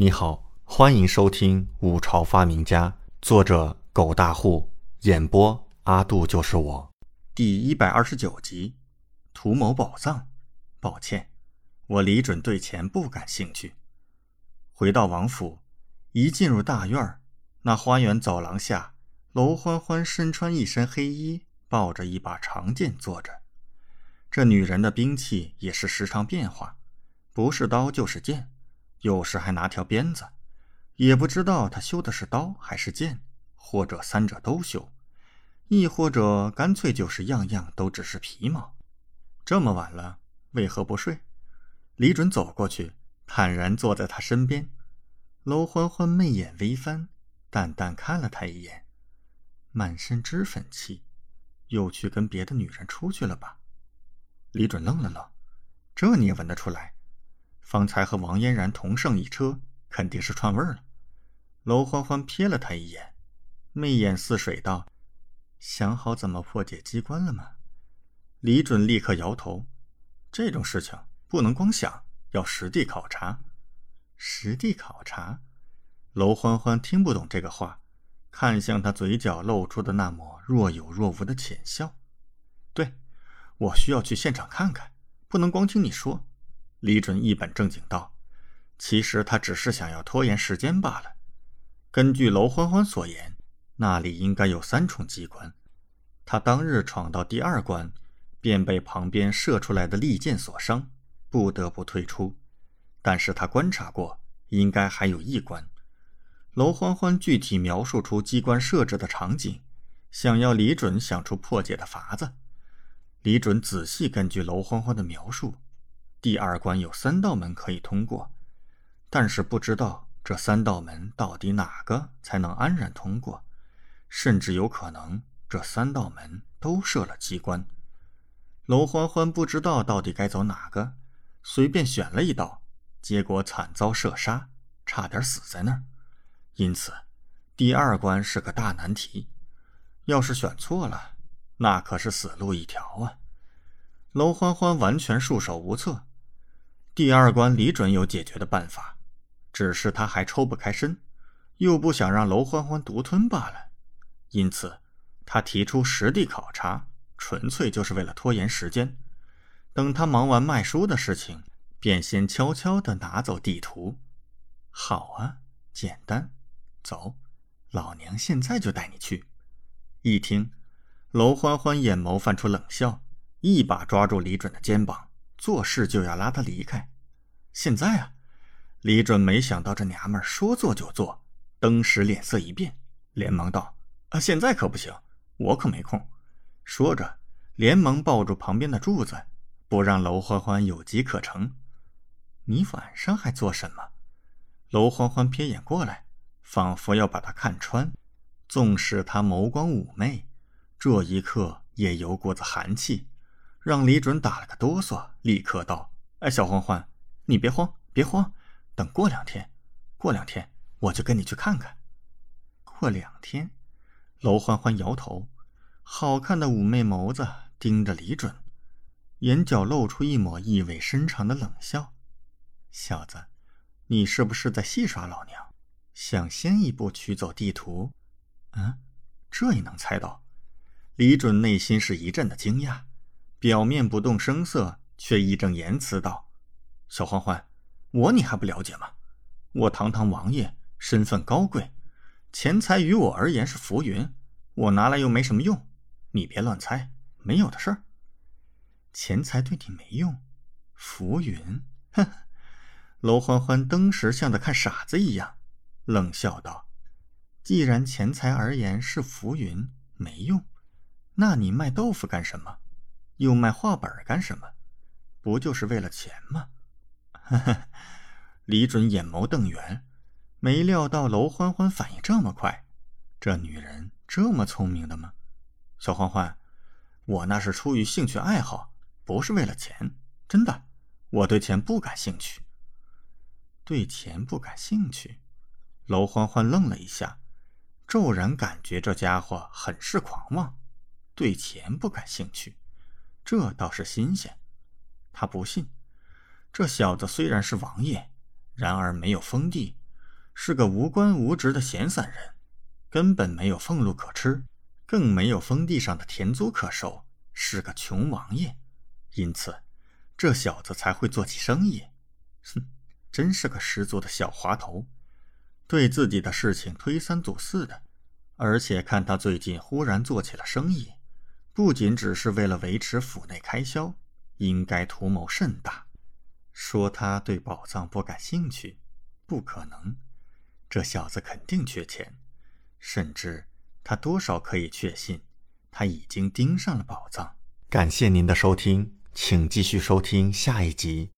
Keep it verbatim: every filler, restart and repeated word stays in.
你好，欢迎收听《五朝发明家》，作者狗大户，演播阿杜就是我，第一百二十九集。图谋宝藏。抱歉，我李准对钱不感兴趣。回到王府，一进入大院，那花园走廊下，娄欢欢身穿一身黑衣，抱着一把长剑坐着。这女人的兵器也是时常变化，不是刀就是剑，有时还拿条鞭子，也不知道她修的是刀还是剑，或者三者都修，亦或者干脆就是样样都只是皮毛。这么晚了，为何不睡？李准走过去，坦然坐在他身边。娄欢欢媚眼微翻，淡淡看了他一眼，满身脂粉气，又去跟别的女人出去了吧？李准愣了愣，这你也闻得出来？方才和王嫣然同乘一车，肯定是串味儿了。娄欢欢瞥了他一眼，媚眼似水道：想好怎么破解机关了吗？李准立刻摇头，这种事情不能光想，要实地考察。实地考察？娄欢欢听不懂这个话，看向他嘴角露出的那抹若有若无的浅笑。对，我需要去现场看看，不能光听你说。李准一本正经道，其实他只是想要拖延时间罢了。根据娄欢欢所言，那里应该有三重机关，他当日闯到第二关，便被旁边射出来的利箭所伤，不得不退出。但是他观察过，应该还有一关。娄欢欢具体描述出机关设置的场景，想要李准想出破解的法子。李准仔细根据娄欢欢的描述，第二关有三道门可以通过，但是不知道这三道门到底哪个才能安然通过，甚至有可能这三道门都设了机关。娄欢欢不知道到底该走哪个，随便选了一道，结果惨遭射杀，差点死在那儿。因此第二关是个大难题，要是选错了，那可是死路一条啊。娄欢欢完全束手无策。第二关李准有解决的办法，只是他还抽不开身，又不想让娄欢欢独吞罢了。因此他提出实地考察，纯粹就是为了拖延时间。等他忙完卖书的事情，便先悄悄地拿走地图。好啊，简单，走，老娘现在就带你去。一听，娄欢欢眼眸泛出冷笑，一把抓住李准的肩膀，做事就要拉他离开。现在啊？李准没想到这娘们儿说做就做，登时脸色一变，连忙道：啊，现在可不行，我可没空。说着连忙抱住旁边的柱子，不让娄欢欢有机可乘。你晚上还做什么？娄欢欢瞥眼过来，仿佛要把他看穿。纵使他眸光妩媚，这一刻也有股子寒气，让李准打了个哆嗦，立刻道：哎，小欢欢，你别慌别慌，等过两天过两天我就跟你去看看。过两天？娄欢欢摇头，好看的妩媚眸子盯着李准，眼角露出一抹意味深长的冷笑。小子，你是不是在戏耍老娘？想先一步取走地图？嗯，这也能猜到？李准内心是一阵的惊讶，表面不动声色，却义正言辞道：小欢欢，我你还不了解吗？我堂堂王爷，身份高贵，钱财于我而言是浮云，我拿来又没什么用，你别乱猜，没有的事儿。钱财对你没用？浮云？呵呵。娄欢欢登时像得看傻子一样，冷笑道：既然钱财而言是浮云，没用，那你卖豆腐干什么？又卖画本干什么？不就是为了钱吗？呵呵。李准眼眸瞪圆，没料到娄欢欢反应这么快，这女人这么聪明的吗？小欢欢，我那是出于兴趣爱好，不是为了钱，真的，我对钱不感兴趣。对钱不感兴趣？娄欢欢愣了一下，骤然感觉这家伙很是狂妄。对钱不感兴趣，这倒是新鲜。他不信，这小子虽然是王爷，然而没有封地， 是个无官无职的闲散人，根本没有俸禄可吃，更没有封地上的田租可收，是个穷王爷。因此这小子才会做起生意。哼，真是个十足的小滑头，对自己的事情推三阻四的。而且看他最近忽然做起了生意，不仅只是为了维持府内开销，应该图谋甚大。说他对宝藏不感兴趣，不可能，这小子肯定缺钱，甚至他多少可以确信他已经盯上了宝藏。感谢您的收听，请继续收听下一集。